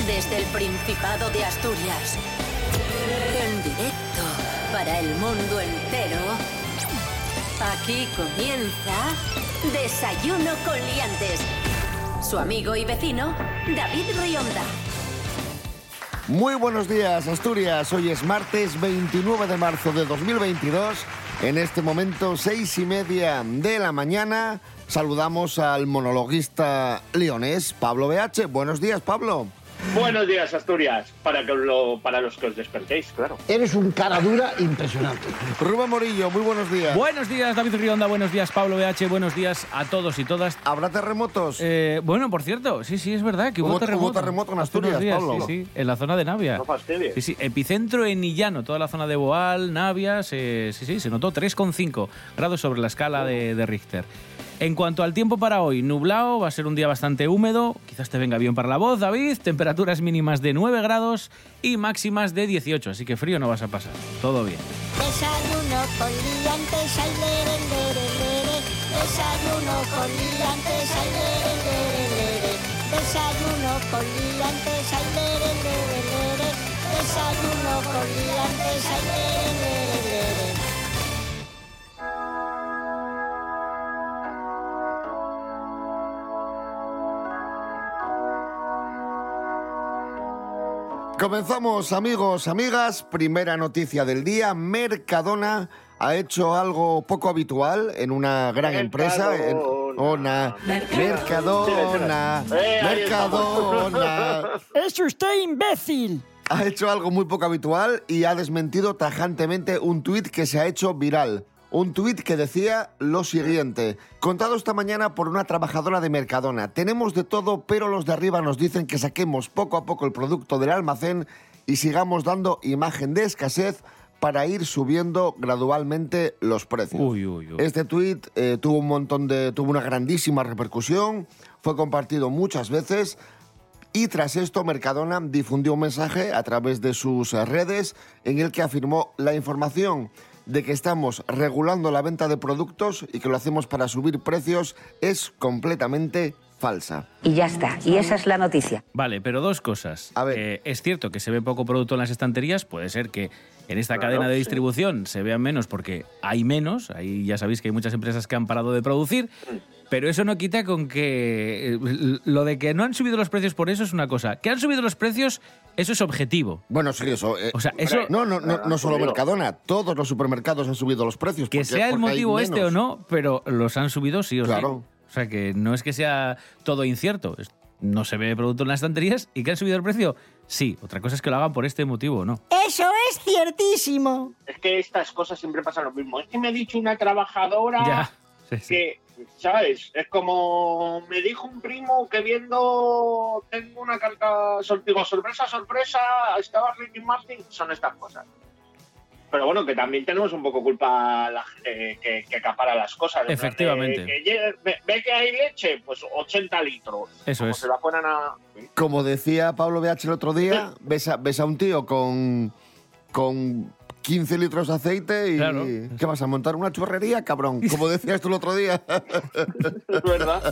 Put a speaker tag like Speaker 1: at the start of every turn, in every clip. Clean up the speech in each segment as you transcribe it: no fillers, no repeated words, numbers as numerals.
Speaker 1: Desde el Principado de Asturias, en directo para el mundo entero, aquí comienza Desayuno con Liantes. Su amigo y vecino, David Rionda.
Speaker 2: Muy buenos días, Asturias. Hoy es martes 29 de marzo de 2022. En este momento, 6:30 de la mañana, saludamos al monologuista leonés, Pablo BH. Buenos días, Pablo.
Speaker 3: Buenos días, Asturias, para los que os despertéis, claro.
Speaker 4: Eres un cara dura impresionante.
Speaker 2: Rubén Morillo, muy buenos días.
Speaker 5: Buenos días, David Rionda, buenos días, Pablo BH, buenos días a todos y todas.
Speaker 2: ¿Habrá terremotos?
Speaker 5: Bueno, por cierto, sí, es verdad que hubo terremoto.
Speaker 2: Hubo terremoto en Asturias, Pablo.
Speaker 5: Sí, en la zona de Navia.
Speaker 3: No fastidies.
Speaker 5: Sí, epicentro en Illano, toda la zona de Boal, Navia, se notó 3,5 grados sobre la escala de Richter. En cuanto al tiempo para hoy, nublado, va a ser un día bastante húmedo, quizás te venga bien para la voz, David, temperaturas mínimas de 9 grados y máximas de 18, así que frío no vas a pasar, todo bien.
Speaker 6: Desayuno con liantes, ay, lere, lere, lere. Desayuno con liantes, ay, lere, lere, lere. Desayuno con liantes, ay, lere, lere, lere. Desayuno con liantes, ay, lere, lere, lere.
Speaker 2: Comenzamos, amigos, amigas. Primera noticia del día. Mercadona ha hecho algo poco habitual en una gran empresa. Mercadona.
Speaker 4: ¡Es usted imbécil!
Speaker 2: Ha hecho algo muy poco habitual y ha desmentido tajantemente un tuit que se ha hecho viral. Un tuit que decía lo siguiente, contado esta mañana por una trabajadora de Mercadona. Tenemos de todo, pero los de arriba nos dicen que saquemos poco a poco el producto del almacén y sigamos dando imagen de escasez para ir subiendo gradualmente los precios.
Speaker 5: Uy.
Speaker 2: Este tuit tuvo una grandísima repercusión, fue compartido muchas veces. Y tras esto, Mercadona difundió un mensaje a través de sus redes en el que afirmó la información de que estamos regulando la venta de productos y que lo hacemos para subir precios es completamente falsa.
Speaker 7: Y ya está, y esa es la noticia.
Speaker 5: Vale, pero dos cosas.
Speaker 2: A ver.
Speaker 5: Es cierto que se ve poco producto en las estanterías, puede ser que en esta cadena de distribución se vean menos porque hay menos, ahí ya sabéis que hay muchas empresas que han parado de producir, pero eso no quita con que lo de que no han subido los precios por eso es una cosa. Que han subido los precios, eso es objetivo.
Speaker 2: Bueno, sí, eso.
Speaker 5: O sea, eso...
Speaker 2: No solo Mercadona, todos los supermercados han subido los precios.
Speaker 5: Que sea el motivo este o no, pero los han subido sí o
Speaker 2: claro.
Speaker 5: Sí. O sea, que no es que sea todo incierto. No se ve producto en las estanterías y que han subido el precio. Sí, otra cosa es que lo hagan por este motivo o no.
Speaker 4: ¡Eso es ciertísimo!
Speaker 3: Es que estas cosas siempre pasan lo mismo. Es que me ha dicho una trabajadora
Speaker 5: Ya, sí.
Speaker 3: que, ¿sabes? Es como me dijo un primo que tengo una carta, digo, sorpresa, estaba Ricky Martin, son estas cosas. Pero bueno, que también tenemos un poco culpa la gente que acapara las cosas.
Speaker 5: Efectivamente.
Speaker 3: Ve que hay leche, pues 80 litros.
Speaker 5: Eso
Speaker 3: como
Speaker 5: es.
Speaker 3: se la fueran a...
Speaker 2: Como decía Pablo BH el otro día, ves a un tío con 15 litros de aceite y...
Speaker 5: Claro.
Speaker 2: ¿Qué vas a montar? ¿Una churrería, cabrón? Como decías tú el otro día.
Speaker 3: Es verdad.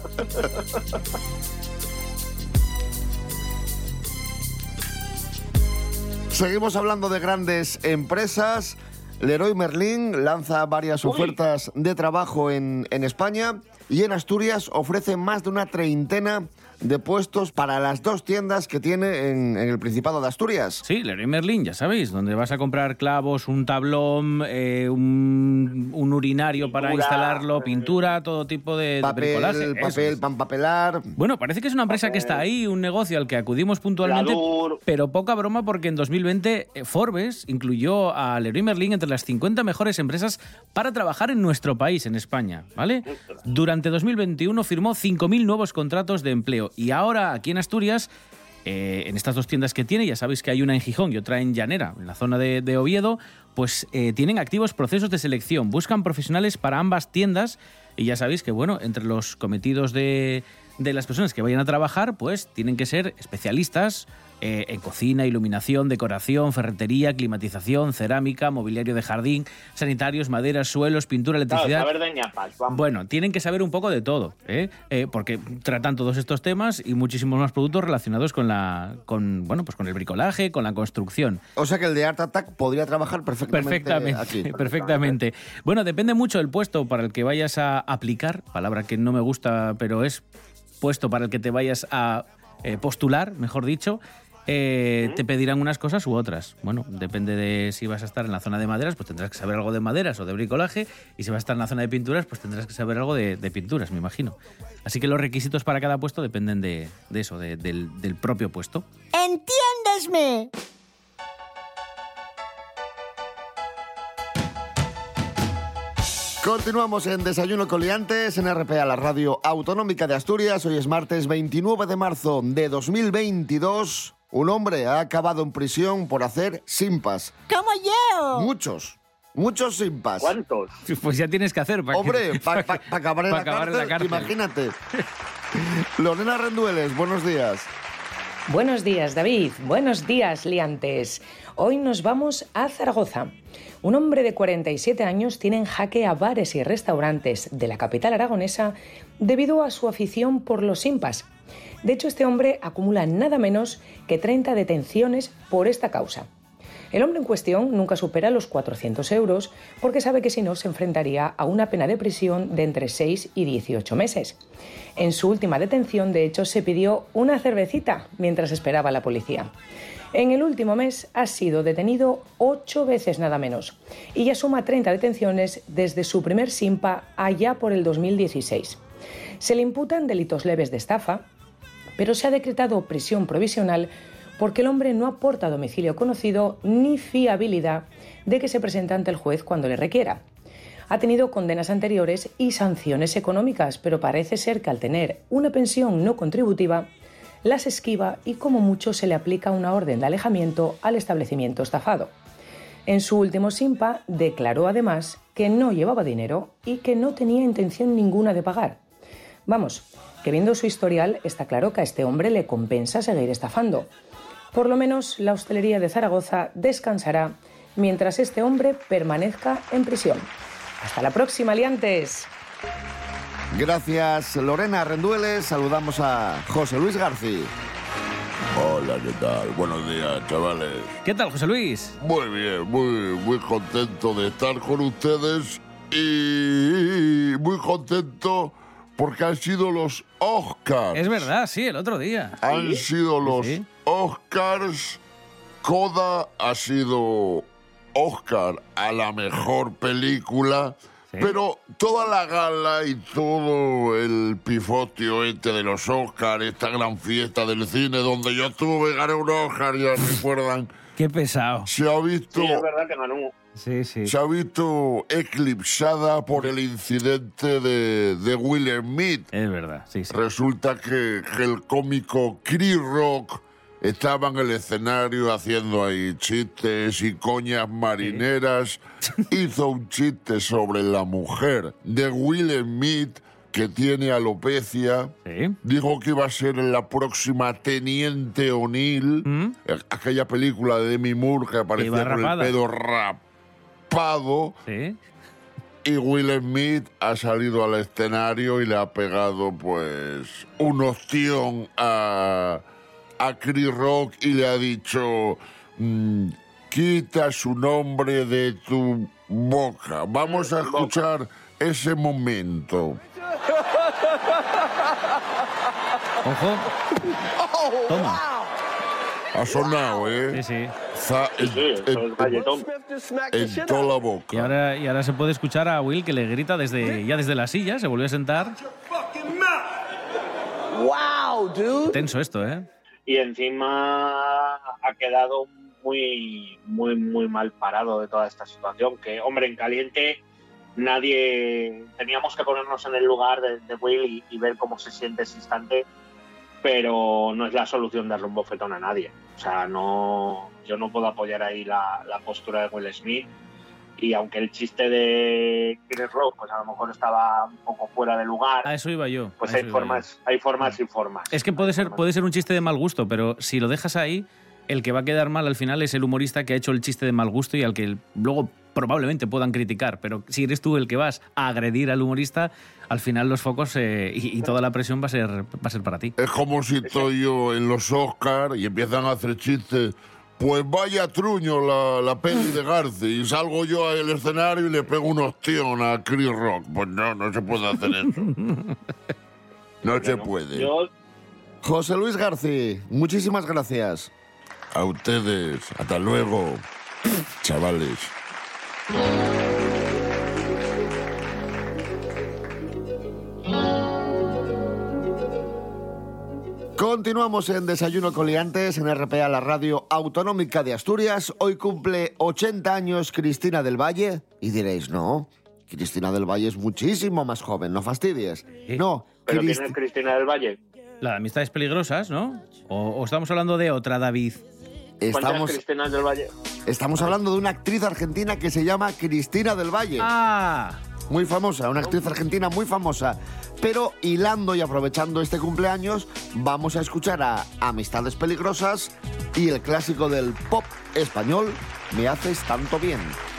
Speaker 2: Seguimos hablando de grandes empresas. Leroy Merlin lanza varias ofertas de trabajo en España y en Asturias ofrece más de una treintena de puestos para las 2 tiendas que tiene en el Principado de Asturias.
Speaker 5: Sí, Leroy Merlin, ya sabéis, donde vas a comprar clavos, un tablón, un urinario para instalarlo, pintura, todo tipo de bricolaje.
Speaker 2: Papel, pan papelar...
Speaker 5: Bueno, parece que es una empresa que está ahí, un negocio al que acudimos puntualmente, pero poca broma porque en 2020 Forbes incluyó a Leroy Merlin entre las 50 mejores empresas para trabajar en nuestro país, en España, ¿vale? Durante 2021 firmó 5.000 nuevos contratos de empleo y ahora aquí en Asturias, en estas 2 tiendas que tiene, ya sabéis que hay una en Gijón y otra en Llanera, en la zona de Oviedo, pues tienen activos procesos de selección, buscan profesionales para ambas tiendas y ya sabéis que, bueno, entre los cometidos de las personas que vayan a trabajar, pues tienen que ser especialistas en cocina, iluminación, decoración, ferretería, climatización, cerámica, mobiliario de jardín, sanitarios, maderas, suelos, pintura, electricidad.
Speaker 3: Claro, saber de ñapas, vamos.
Speaker 5: Bueno, tienen que saber un poco de todo, porque tratan todos estos temas y muchísimos más productos relacionados con el bricolaje, con la construcción.
Speaker 2: O sea que el de Art Attack podría trabajar perfectamente aquí.
Speaker 5: Perfectamente. Bueno, depende mucho del puesto para el que vayas a aplicar, palabra que no me gusta, pero es puesto para el que te vayas a postular, mejor dicho. Te pedirán unas cosas u otras. Bueno, depende de si vas a estar en la zona de maderas, pues tendrás que saber algo de maderas o de bricolaje, y si vas a estar en la zona de pinturas, pues tendrás que saber algo de pinturas, me imagino. Así que los requisitos para cada puesto dependen de eso, del propio puesto.
Speaker 4: ¡Entiéndesme!
Speaker 2: Continuamos en Desayuno con Liantes en RPA, la radio autonómica de Asturias. Hoy es martes 29 de marzo de 2022. Un hombre ha acabado en prisión por hacer simpas.
Speaker 4: ¡Como yo!
Speaker 2: Muchos simpas.
Speaker 3: ¿Cuántos?
Speaker 5: Pues ya tienes que hacer.
Speaker 2: Hombre, para acabar en la cárcel, imagínate. Lorena Rendueles, buenos días.
Speaker 8: Buenos días, David. Buenos días, liantes. Hoy nos vamos a Zaragoza. Un hombre de 47 años tiene en jaque a bares y restaurantes de la capital aragonesa debido a su afición por los simpas. De hecho, este hombre acumula nada menos que 30 detenciones por esta causa. El hombre en cuestión nunca supera los 400 euros porque sabe que si no se enfrentaría a una pena de prisión de entre 6 y 18 meses. En su última detención, de hecho, se pidió una cervecita mientras esperaba a la policía. En el último mes ha sido detenido 8 veces nada menos y ya suma 30 detenciones desde su primer simpa allá por el 2016. Se le imputan delitos leves de estafa, pero se ha decretado prisión provisional porque el hombre no aporta domicilio conocido ni fiabilidad de que se presente ante el juez cuando le requiera. Ha tenido condenas anteriores y sanciones económicas, pero parece ser que al tener una pensión no contributiva, las esquiva y como mucho se le aplica una orden de alejamiento al establecimiento estafado. En su último simpa declaró además que no llevaba dinero y que no tenía intención ninguna de pagar. Vamos, que viendo su historial está claro que a este hombre le compensa seguir estafando. Por lo menos la hostelería de Zaragoza descansará mientras este hombre permanezca en prisión. Hasta la próxima, liantes.
Speaker 2: Gracias, Lorena Rendueles. Saludamos a José Luis García.
Speaker 9: Hola, ¿qué tal? Buenos días, chavales.
Speaker 5: ¿Qué tal, José Luis?
Speaker 9: Muy bien, muy contento de estar con ustedes y muy contento porque han sido los Oscars.
Speaker 5: Es verdad, sí, el otro día.
Speaker 9: Han sido los Oscars. Coda ha sido Oscar a la mejor película. ¿Sí? Pero toda la gala y todo el pifotio de los Oscars, esta gran fiesta del cine donde yo estuve, gané un Oscar, ya recuerdan.
Speaker 5: Qué pesado.
Speaker 9: Se ha visto...
Speaker 3: Sí, es verdad que ganó.
Speaker 5: Sí.
Speaker 9: Se ha visto eclipsada por el incidente de Will Smith.
Speaker 5: Es verdad, sí.
Speaker 9: Resulta que el cómico Chris Rock estaba en el escenario haciendo ahí chistes y coñas marineras. Sí. Hizo un chiste sobre la mujer de Will Smith, que tiene alopecia.
Speaker 5: Sí.
Speaker 9: Dijo que iba a ser la próxima Teniente O'Neill. Aquella película de Demi Moore que aparecía con el pelo rapado.
Speaker 5: Sí.
Speaker 9: Y Will Smith ha salido al escenario y le ha pegado, pues, un ostión a Chris Rock y le ha dicho: quita su nombre de tu boca. Vamos a escuchar ese momento.
Speaker 5: Ojo. Toma.
Speaker 9: Ha sonado, ¿eh?
Speaker 5: Sí.
Speaker 9: En toda la boca.
Speaker 5: Y ahora se puede escuchar a Will que le grita desde la silla, se volvió a sentar.
Speaker 10: Wow, dude.
Speaker 5: Tenso esto, ¿eh?
Speaker 3: Y encima ha quedado muy mal parado de toda esta situación. Que, hombre, en caliente nadie... Teníamos que ponernos en el lugar de Will y ver cómo se siente ese instante, pero no es la solución darle un bofetón a nadie. O sea, yo no puedo apoyar ahí la postura de Will Smith. Y aunque el chiste de Chris Rock, pues a lo mejor estaba un poco fuera de lugar.
Speaker 5: A eso iba yo.
Speaker 3: Pues hay formas y formas.
Speaker 5: Es que puede ser un chiste de mal gusto, pero si lo dejas ahí, el que va a quedar mal al final es el humorista que ha hecho el chiste de mal gusto y al que luego probablemente puedan criticar. Pero si eres tú el que vas a agredir al humorista, al final los focos y toda la presión va a ser para ti.
Speaker 9: Es como si estoy yo en los Oscars y empiezan a hacer chistes. Pues vaya truño la peli de Garci, y salgo yo al escenario y le pego un ostión a Chris Rock. Pues no se puede hacer eso. No se puede.
Speaker 2: José Luis Garci, muchísimas gracias.
Speaker 9: A ustedes, hasta luego, chavales.
Speaker 2: Continuamos en Desayuno con Liantes en RPA, la radio autonómica de Asturias. Hoy cumple 80 años Cristina del Valle. Y diréis, no, Cristina del Valle es muchísimo más joven, no fastidies. No,
Speaker 3: ¿Pero quién es Cristina del Valle?
Speaker 5: La de Amistades Peligrosas, ¿no? ¿O estamos hablando de otra, David?
Speaker 3: ¿Cuántas Cristinas del Valle?
Speaker 2: Estamos hablando de una actriz argentina que se llama Cristina del Valle.
Speaker 5: ¡Ah!
Speaker 2: Muy famosa, una actriz argentina muy famosa. Pero hilando y aprovechando este cumpleaños, vamos a escuchar a Amistades Peligrosas y el clásico del pop español, Me haces tanto bien.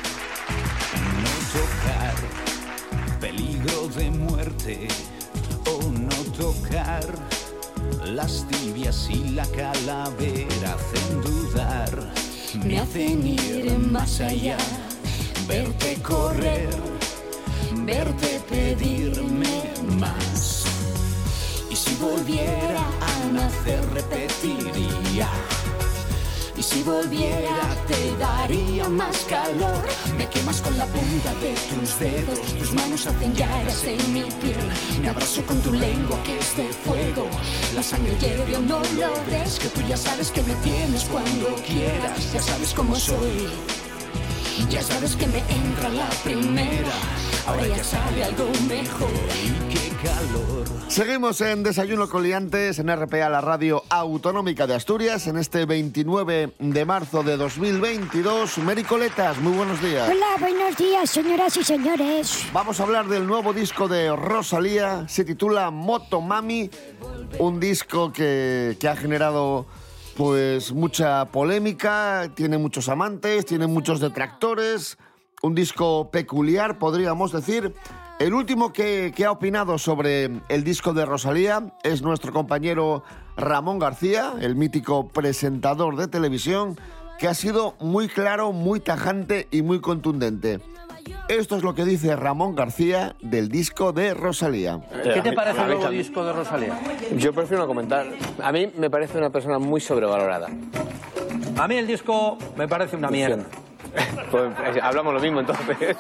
Speaker 10: No tocar, peligro de muerte, o no tocar, las tibias y la calavera hacen dudar, me hacen ir más allá, verte correr, verte pedirme más. Y si volviera a nacer repetiría, y si volviera te daría más calor. Me quemas con la punta de tus dedos, tus manos hacen llagas en mi piel. Me abrazo con tu lengua que es de fuego, la sangre hierve o no lo ves, que tú ya sabes que me tienes cuando quieras. Ya sabes cómo soy, ya sabes que me entra la primera, ahora ya sale algo mejor. Y qué calor.
Speaker 2: Seguimos en Desayuno con Liantes en RPA, la radio autonómica de Asturias, en este 29 de marzo de 2022. Mericoletas, muy buenos días.
Speaker 4: Hola, buenos días, señoras y señores.
Speaker 2: Vamos a hablar del nuevo disco de Rosalía, se titula Motomami, un disco que ha generado pues mucha polémica, tiene muchos amantes, tiene muchos detractores, un disco peculiar, podríamos decir. El último que ha opinado sobre el disco de Rosalía es nuestro compañero Ramón García, el mítico presentador de televisión, que ha sido muy claro, muy tajante y muy contundente. Esto es lo que dice Ramón García del disco de Rosalía.
Speaker 11: ¿Qué te parece el nuevo disco de Rosalía?
Speaker 12: Yo prefiero no comentar. A mí me parece una persona muy sobrevalorada.
Speaker 11: A mí el disco me parece una mierda.
Speaker 12: Pues hablamos lo mismo entonces.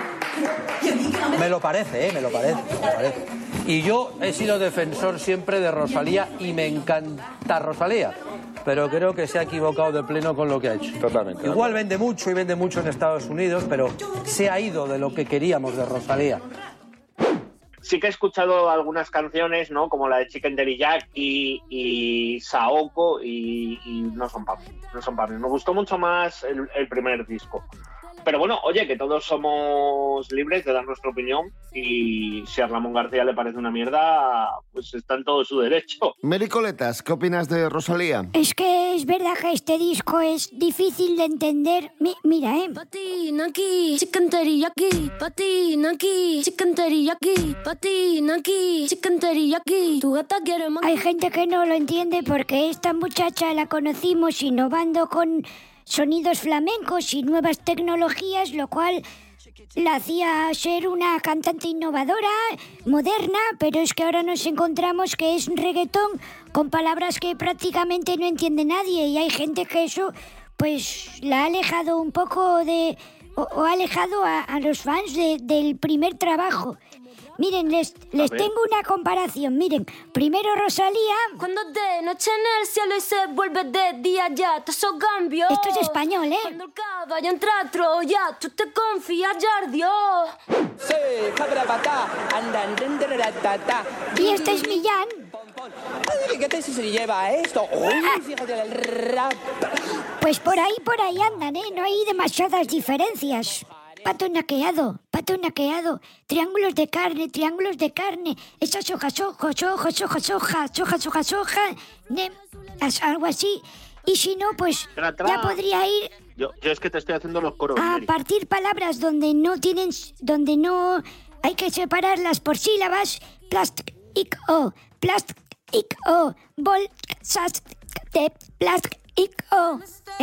Speaker 11: Me lo parece, me lo parece. Y yo he sido defensor siempre de Rosalía y me encanta Rosalía, pero creo que se ha equivocado de pleno con lo que ha hecho.
Speaker 12: Totalmente.
Speaker 11: Igual vende mucho y vende mucho en Estados Unidos, pero se ha ido de lo que queríamos de Rosalía.
Speaker 3: Sí que he escuchado algunas canciones, ¿no? Como la de Chicken Teriyaki y Saoko, y no son para mí. Me gustó mucho más el primer disco. Pero bueno, oye, que todos somos libres de dar nuestra opinión, y si a Ramón García le parece una mierda, pues está en todo su derecho.
Speaker 2: Mericoletas, ¿qué opinas de Rosalía?
Speaker 4: Es que es verdad que este disco es difícil de entender. Mira,
Speaker 13: Patina aquí, chicken teriyaki. Patina aquí, chicken teriyaki. Patina aquí, chicken teriyaki. Tu gata quiere más.
Speaker 4: Hay gente que no lo entiende porque esta muchacha la conocimos innovando con sonidos flamencos y nuevas tecnologías, lo cual la hacía ser una cantante innovadora, moderna, pero es que ahora nos encontramos que es un reggaetón con palabras que prácticamente no entiende nadie, y hay gente que eso pues la ha alejado un poco de... o ha alejado a los fans del primer trabajo. Miren, les tengo una comparación. Miren, primero Rosalía...
Speaker 13: Cuando de noche en el cielo y se vuelve de día ya, todo eso cambió.
Speaker 4: Esto es español, ¿eh?
Speaker 13: Cuando el caballo entra a Troya, tú te confías, ya ardió.
Speaker 4: Y este es Millán.
Speaker 12: ¿Qué te se lleva esto? Fíjate el rap.
Speaker 4: Pues por ahí andan, ¿eh? No hay demasiadas diferencias. pato naqueado, triángulos de carne, esas hojas, algo así. Y si no, pues ya podría ir...
Speaker 3: Yo es que te estoy haciendo los coros.
Speaker 4: A partir palabras donde no hay que separarlas por sílabas. Plastic o, bol, sas, de plastic o.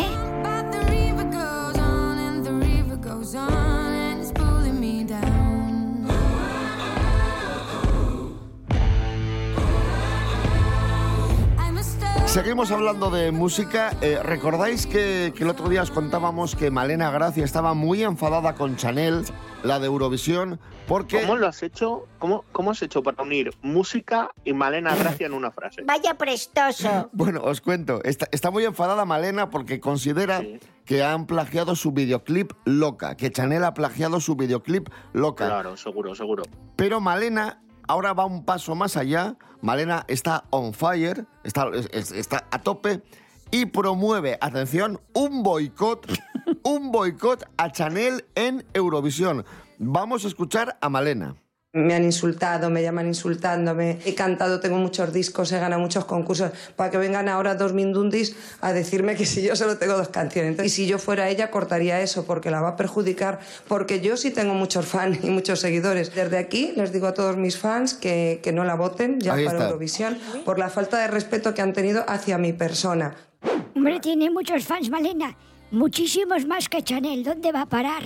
Speaker 2: Seguimos hablando de música. ¿Recordáis que el otro día os contábamos que Malena Gracia estaba muy enfadada con Chanel, la de Eurovisión, porque...
Speaker 3: ¿Cómo lo has hecho? ¿Cómo has hecho para unir música y Malena Gracia en una frase?
Speaker 6: Vaya prestoso.
Speaker 2: Bueno, os cuento. Está muy enfadada Malena porque considera que han plagiado su videoclip Loca, que Chanel ha plagiado su videoclip Loca.
Speaker 3: Claro, seguro.
Speaker 2: Pero Malena ahora va un paso más allá. Malena está on fire, está a tope y promueve, atención, un boicot a Chanel en Eurovisión. Vamos a escuchar a Malena.
Speaker 14: Me han insultado, me llaman insultándome, he cantado, tengo muchos discos, he ganado muchos concursos, para que vengan ahora dos mindundis a decirme que si yo solo tengo 2 canciones. Entonces, y si yo fuera ella, cortaría eso, porque la va a perjudicar, porque yo sí tengo muchos fans y muchos seguidores. Desde aquí les digo a todos mis fans que no la voten ya para Eurovisión, por la falta de respeto que han tenido hacia mi persona.
Speaker 4: Hombre, tiene muchos fans, Malena, muchísimos más que Chanel. ¿Dónde va a parar?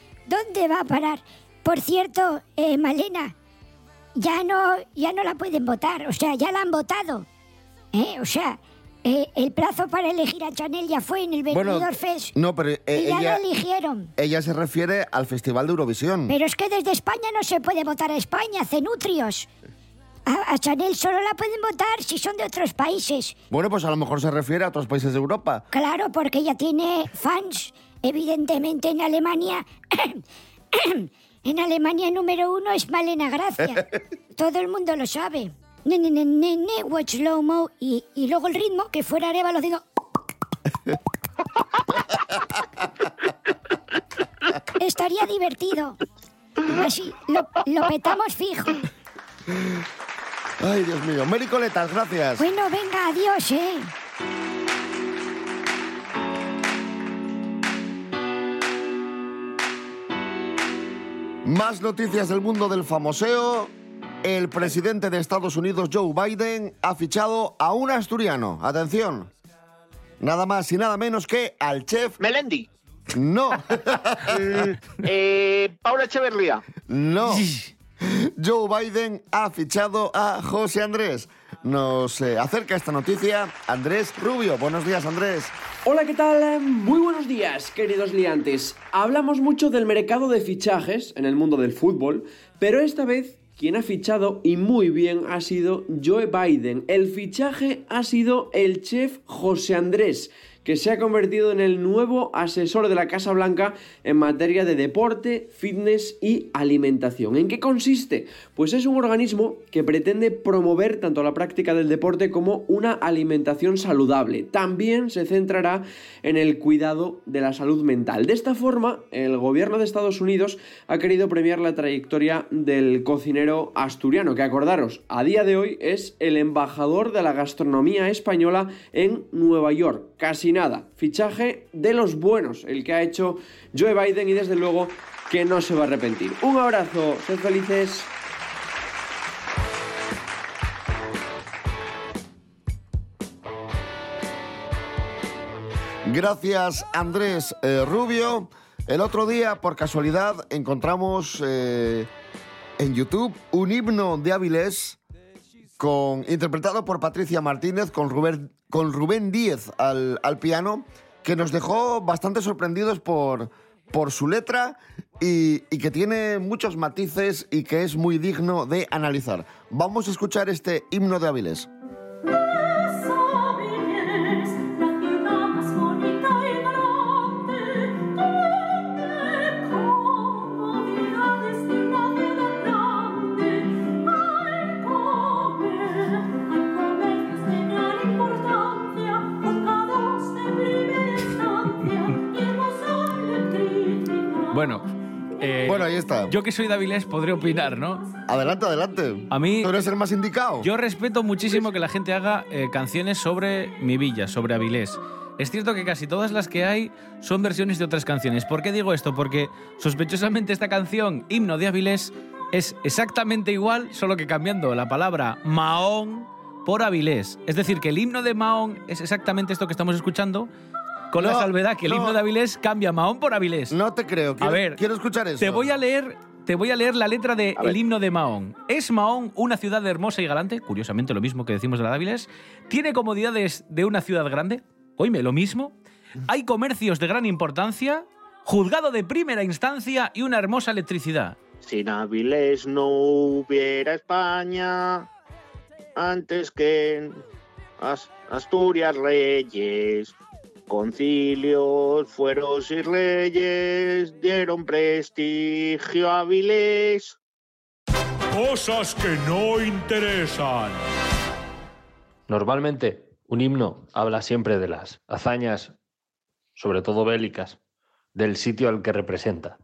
Speaker 4: Por cierto, Malena, ya no la pueden votar, o sea, ya la han votado. El plazo para elegir a Chanel ya fue en el Benidorm Fest.
Speaker 2: No, pero
Speaker 4: y ya la eligieron.
Speaker 2: Ella se refiere al Festival de Eurovisión.
Speaker 4: Pero es que desde España no se puede votar a España, cenutrios. A Chanel solo la pueden votar si son de otros países.
Speaker 2: Bueno, pues a lo mejor se refiere a otros países de Europa.
Speaker 4: Claro, porque ella tiene fans, evidentemente, en Alemania. En Alemania número 1 es Malena Gracia. Todo el mundo lo sabe. Watch slow mo. Y luego el ritmo, que fuera Arévalo, digo... Estaría divertido. Así, lo petamos fijo.
Speaker 2: Ay, Dios mío. Mary Coletas, gracias.
Speaker 4: Bueno, venga, adiós,
Speaker 2: Más noticias del mundo del famoseo. El presidente de Estados Unidos, Joe Biden, ha fichado a un asturiano. Atención. Nada más y nada menos que al chef...
Speaker 3: Melendi.
Speaker 2: No.
Speaker 3: Paula Echeverría.
Speaker 2: No. Joe Biden ha fichado a José Andrés. Nos acerca esta noticia Andrés Rubio. Buenos días, Andrés.
Speaker 15: Hola, ¿qué tal? Muy buenos días, queridos liantes. Hablamos mucho del mercado de fichajes en el mundo del fútbol, pero esta vez quien ha fichado y muy bien ha sido Joe Biden. El fichaje ha sido el chef José Andrés, que se ha convertido en el nuevo asesor de la Casa Blanca en materia de deporte, fitness y alimentación. ¿En qué consiste? Pues es un organismo que pretende promover tanto la práctica del deporte como una alimentación saludable. También se centrará en el cuidado de la salud mental. De esta forma, el gobierno de Estados Unidos ha querido premiar la trayectoria del cocinero asturiano, que acordaros, a día de hoy es el embajador de la gastronomía española en Nueva York. Casi nada, fichaje de los buenos, el que ha hecho Joe Biden, y desde luego que no se va a arrepentir. Un abrazo, sed felices.
Speaker 2: Gracias, Andrés Rubio. El otro día, por casualidad, encontramos en YouTube un himno de Avilés interpretado por Patricia Martínez con Rubén Díez al piano, que nos dejó bastante sorprendidos por su letra y que tiene muchos matices y que es muy digno de analizar. Vamos a escuchar este himno de Avilés.
Speaker 5: Bueno,
Speaker 2: Bueno, ahí está.
Speaker 5: Yo que soy de Avilés podré opinar, ¿no?
Speaker 2: Adelante, adelante.
Speaker 5: A mí...
Speaker 2: ¿Tú eres el más indicado?
Speaker 5: Yo respeto muchísimo que la gente haga canciones sobre mi villa, sobre Avilés. Es cierto que casi todas las que hay son versiones de otras canciones. ¿Por qué digo esto? Porque sospechosamente esta canción, Himno de Avilés, es exactamente igual, solo que cambiando la palabra Mahón por Avilés. Es decir, que el himno de Mahón es exactamente esto que estamos escuchando, con la salvedad que el himno de Avilés cambia Mahón por Avilés.
Speaker 2: No te creo. Quiero escuchar eso.
Speaker 5: Te voy a leer la letra del himno de Mahón. ¿Es Mahón una ciudad hermosa y galante? Curiosamente lo mismo que decimos de la de Avilés. ¿Tiene comodidades de una ciudad grande? Oíme, lo mismo. Hay comercios de gran importancia, juzgado de primera instancia y una hermosa electricidad.
Speaker 3: Sin Avilés no hubiera España, antes que en Asturias reyes, concilios, fueros y reyes dieron prestigio a Avilés.
Speaker 16: Cosas que no interesan.
Speaker 17: Normalmente, un himno habla siempre de las hazañas, sobre todo bélicas, del sitio al que representa.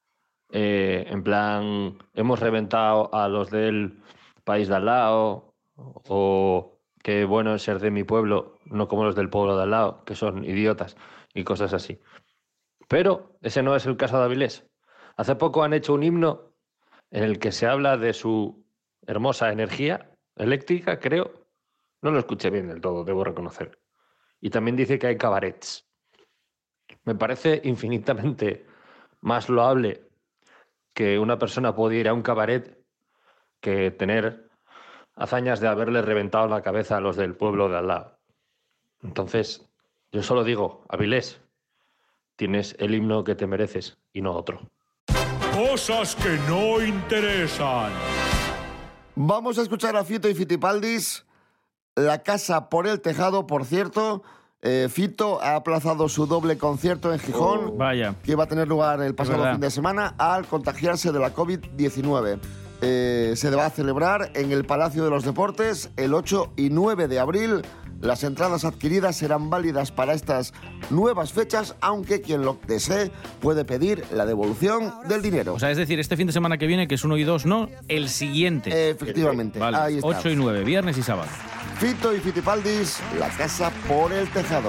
Speaker 17: En plan, hemos reventado a los del país de al lado, o qué bueno es ser de mi pueblo, no como los del pueblo de al lado, que son idiotas, y cosas así. Pero ese no es el caso de Avilés. Hace poco han hecho un himno en el que se habla de su hermosa energía eléctrica, creo. No lo escuché bien del todo, debo reconocer. Y también dice que hay cabarets. Me parece infinitamente más loable que una persona pueda ir a un cabaret que tener hazañas de haberle reventado la cabeza a los del pueblo de al lado. Entonces, yo solo digo, Avilés, tienes el himno que te mereces y no otro.
Speaker 16: Cosas que no interesan.
Speaker 2: Vamos a escuchar a Fito y Fitipaldis. La casa por el tejado, por cierto. Fito ha aplazado su doble concierto en Gijón, que iba a tener lugar el pasado fin de semana, al contagiarse de la COVID-19. Se va a celebrar en el Palacio de los Deportes el 8 y 9 de abril. Las entradas adquiridas serán válidas para estas nuevas fechas, aunque quien lo desee puede pedir la devolución del dinero.
Speaker 5: O sea, es decir, este fin de semana que viene, que es 1 y 2, ¿no? El siguiente.
Speaker 2: Efectivamente.
Speaker 5: Vale.
Speaker 2: Ahí está.
Speaker 5: 8 y 9, viernes y sábado.
Speaker 2: Fito y Fitipaldis, la casa por el tejado.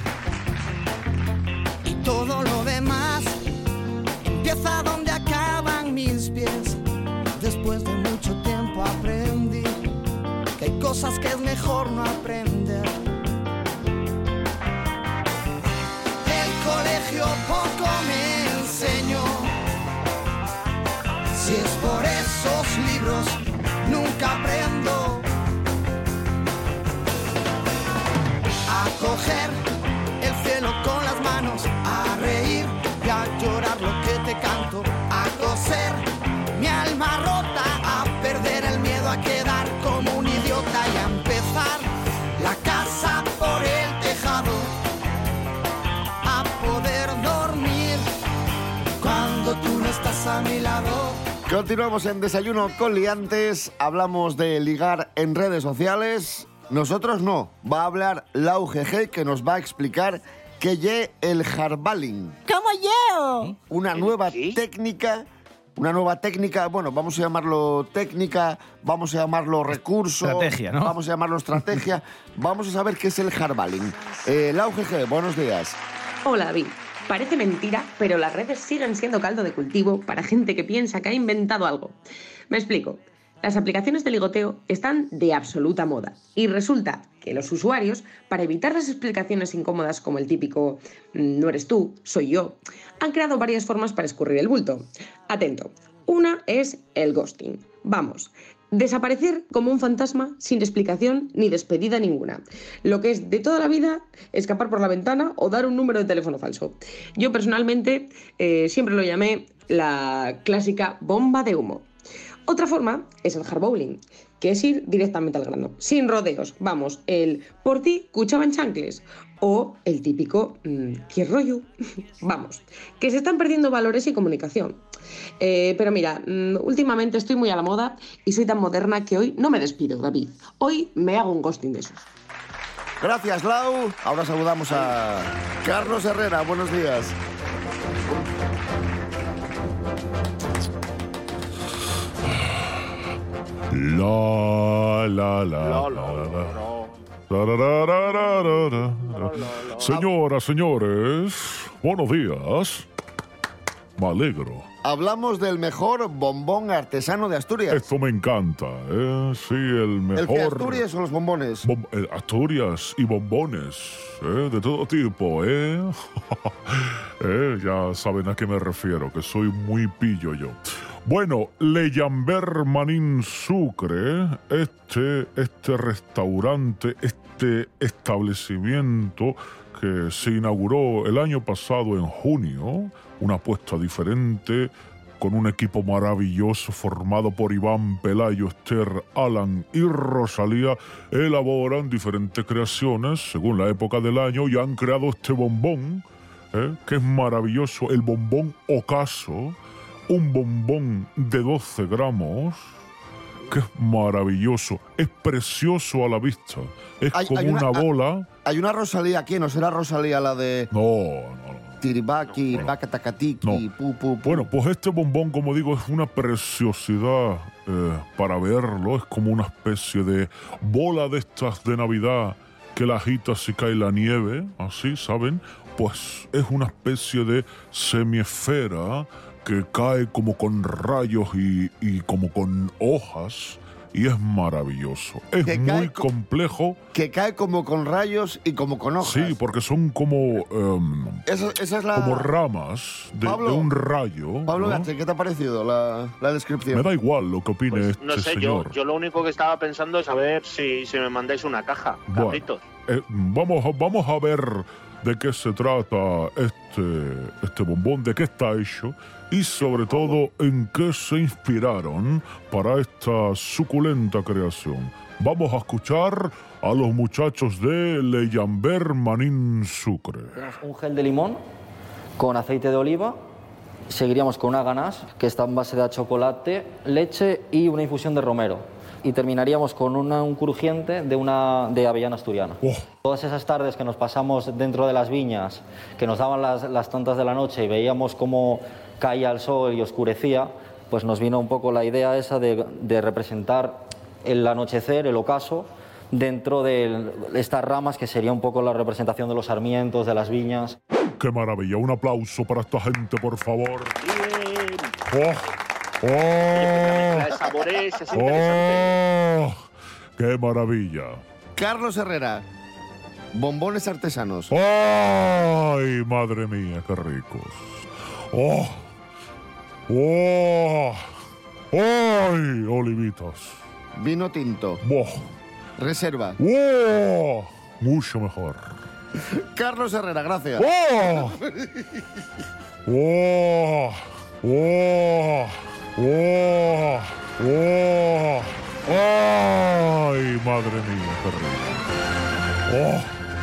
Speaker 6: Y todo lo demás empieza donde acaban mis pies. Después de mucho tiempo aprendí que hay cosas que es mejor no aprender. El colegio poco me enseñó. Si es por esos libros, nunca aprendo a coger el cielo con las manos, a reír y a llorar lo que te canto, a coser mi alma rota, a perder el miedo a quedar como un idiota y a empezar la casa por el tejado, a poder dormir cuando tú no estás a mi lado.
Speaker 2: Continuamos en Desayuno con Liantes. Hablamos de ligar en redes sociales. Nosotros no. Va a hablar la UGG, que nos va a explicar qué es el harbaling.
Speaker 18: ¿Cómo yo?
Speaker 2: Una nueva técnica, bueno, vamos a llamarlo técnica, vamos a llamarlo recurso.
Speaker 5: Estrategia, ¿no?
Speaker 2: Vamos a llamarlo estrategia. Vamos a saber qué es el harbaling. La UGG, buenos días.
Speaker 8: Hola, David. Parece mentira, pero las redes siguen siendo caldo de cultivo para gente que piensa que ha inventado algo. Me explico. Las aplicaciones de ligoteo están de absoluta moda y resulta que los usuarios, para evitar las explicaciones incómodas como el típico no eres tú, soy yo, han creado varias formas para escurrir el bulto. Atento. Una es el ghosting. Vamos, desaparecer como un fantasma sin explicación ni despedida ninguna. Lo que es de toda la vida, escapar por la ventana o dar un número de teléfono falso. Yo personalmente siempre lo llamé la clásica bomba de humo. Otra forma es el hardballing, que es ir directamente al grano, sin rodeos. Vamos, el por ti cuchaban chancles o el típico ¿qué rollo? Vamos, que se están perdiendo valores y comunicación. Pero mira, últimamente estoy muy a la moda y soy tan moderna que hoy no me despido, David. Hoy me hago un ghosting de esos.
Speaker 2: Gracias, Lau. Ahora saludamos a Carlos Herrera. Buenos días.
Speaker 16: La, la, la, la. Señoras, señores, buenos días. Me alegro.
Speaker 2: Hablamos del mejor bombón artesano de Asturias.
Speaker 16: Esto me encanta, ¿eh? Sí, el mejor...
Speaker 2: ¿El que Asturias o los bombones?
Speaker 16: Asturias y bombones, de todo tipo, ¿eh? Ya saben a qué me refiero, que soy muy pillo yo. Bueno, Leyamber Manín Sucre, este restaurante, este establecimiento que se inauguró el año pasado en junio, una apuesta diferente, con un equipo maravilloso formado por Iván, Pelayo, Esther, Alan y Rosalía, elaboran diferentes creaciones según la época del año y han creado este bombón, que es maravilloso, el bombón Ocaso, un bombón de 12 gramos, que es maravilloso, es precioso a la vista, es como una bola.
Speaker 2: Hay una Rosalía aquí, ¿no será Rosalía la de...?
Speaker 16: No.
Speaker 2: Tiribaki, Bacatacatiki, pu.
Speaker 16: Bueno, pues este bombón, como digo, es una preciosidad para verlo. Es como una especie de bola de estas de Navidad que la agita si cae la nieve, así, ¿saben? Pues es una especie de semiesfera que cae como con rayos y como con hojas. Y es maravilloso. Es muy complejo.
Speaker 2: Que cae como con rayos y como con hojas.
Speaker 16: Sí, porque son como...
Speaker 2: esa es la...
Speaker 16: Como ramas de un rayo.
Speaker 2: Pablo,
Speaker 16: ¿no?
Speaker 2: ¿Qué te ha parecido la descripción?
Speaker 16: Me da igual lo que opine
Speaker 3: pues,
Speaker 16: este
Speaker 3: no sé,
Speaker 16: señor.
Speaker 3: Yo lo único que estaba pensando es a ver si me mandáis una caja, cabritos.
Speaker 16: Vamos a ver de qué se trata este bombón, de qué está hecho y sobre todo en qué se inspiraron para esta suculenta creación. Vamos a escuchar a los muchachos de Leyamber Manín Sucre.
Speaker 18: Un gel de limón con aceite de oliva, seguiríamos con una ganache que está en base de chocolate, leche y una infusión de romero. Y terminaríamos con un crujiente de avellana asturiana. Todas esas tardes que nos pasamos dentro de las viñas, que nos daban las tantas de la noche y veíamos cómo caía el sol y oscurecía, pues nos vino un poco la idea esa de representar el anochecer, el ocaso, dentro de estas ramas que sería un poco la representación de los sarmientos, de las viñas.
Speaker 16: ¡Qué maravilla! Un aplauso para esta gente, por favor.
Speaker 3: Bien. La mezcla de sabores es interesante.
Speaker 16: ¡Qué maravilla!
Speaker 2: Carlos Herrera, bombones artesanos.
Speaker 16: ¡Ay, madre mía, qué ricos! ¡Ay, olivitas!
Speaker 2: Vino tinto. Reserva.
Speaker 16: Mucho mejor.
Speaker 2: Carlos Herrera, gracias.
Speaker 16: ¡Ay, madre mía, qué rico!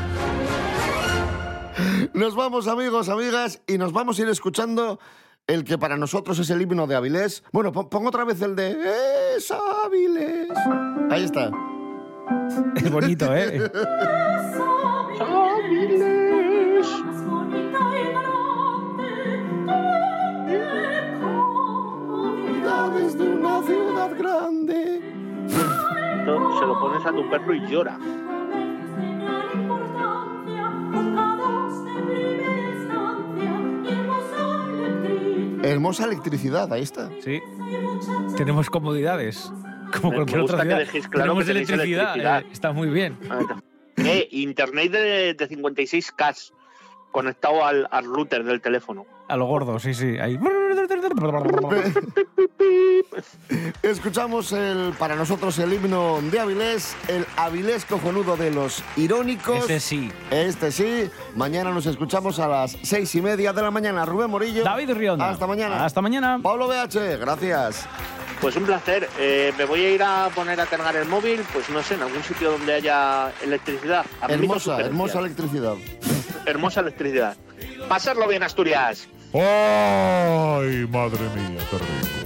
Speaker 2: Nos vamos, amigos, amigas, y nos vamos a ir escuchando el que para nosotros es el himno de Avilés. Bueno, pongo otra vez el de Es Avilés. Ahí está.
Speaker 5: Es bonito, ¿eh?
Speaker 2: Avilés. Desde una ciudad grande.
Speaker 3: Esto se lo pones a tu perro y llora.
Speaker 2: Hermosa electricidad, ahí está.
Speaker 5: Sí. Tenemos comodidades. Como cualquier otra ciudad.
Speaker 3: Tenemos
Speaker 5: electricidad. Está muy bien.
Speaker 3: Internet de 56K conectado al router del teléfono.
Speaker 5: A lo gordo, sí. Ahí.
Speaker 2: Escuchamos para nosotros el himno de Avilés, el Avilés cojonudo de los irónicos. Este sí. Mañana nos escuchamos a las 6:30 de la mañana. Rubén Morillo.
Speaker 5: David Rionda.
Speaker 2: Hasta mañana.
Speaker 5: Hasta mañana.
Speaker 2: Pablo BH, gracias.
Speaker 3: Pues un placer. Me voy a ir a poner a cargar el móvil, pues no sé, en algún sitio donde haya electricidad.
Speaker 2: Hermosa electricidad.
Speaker 3: Hermosa electricidad. Pasarlo bien, Asturias.
Speaker 16: ¡Ay, madre mía, qué rico!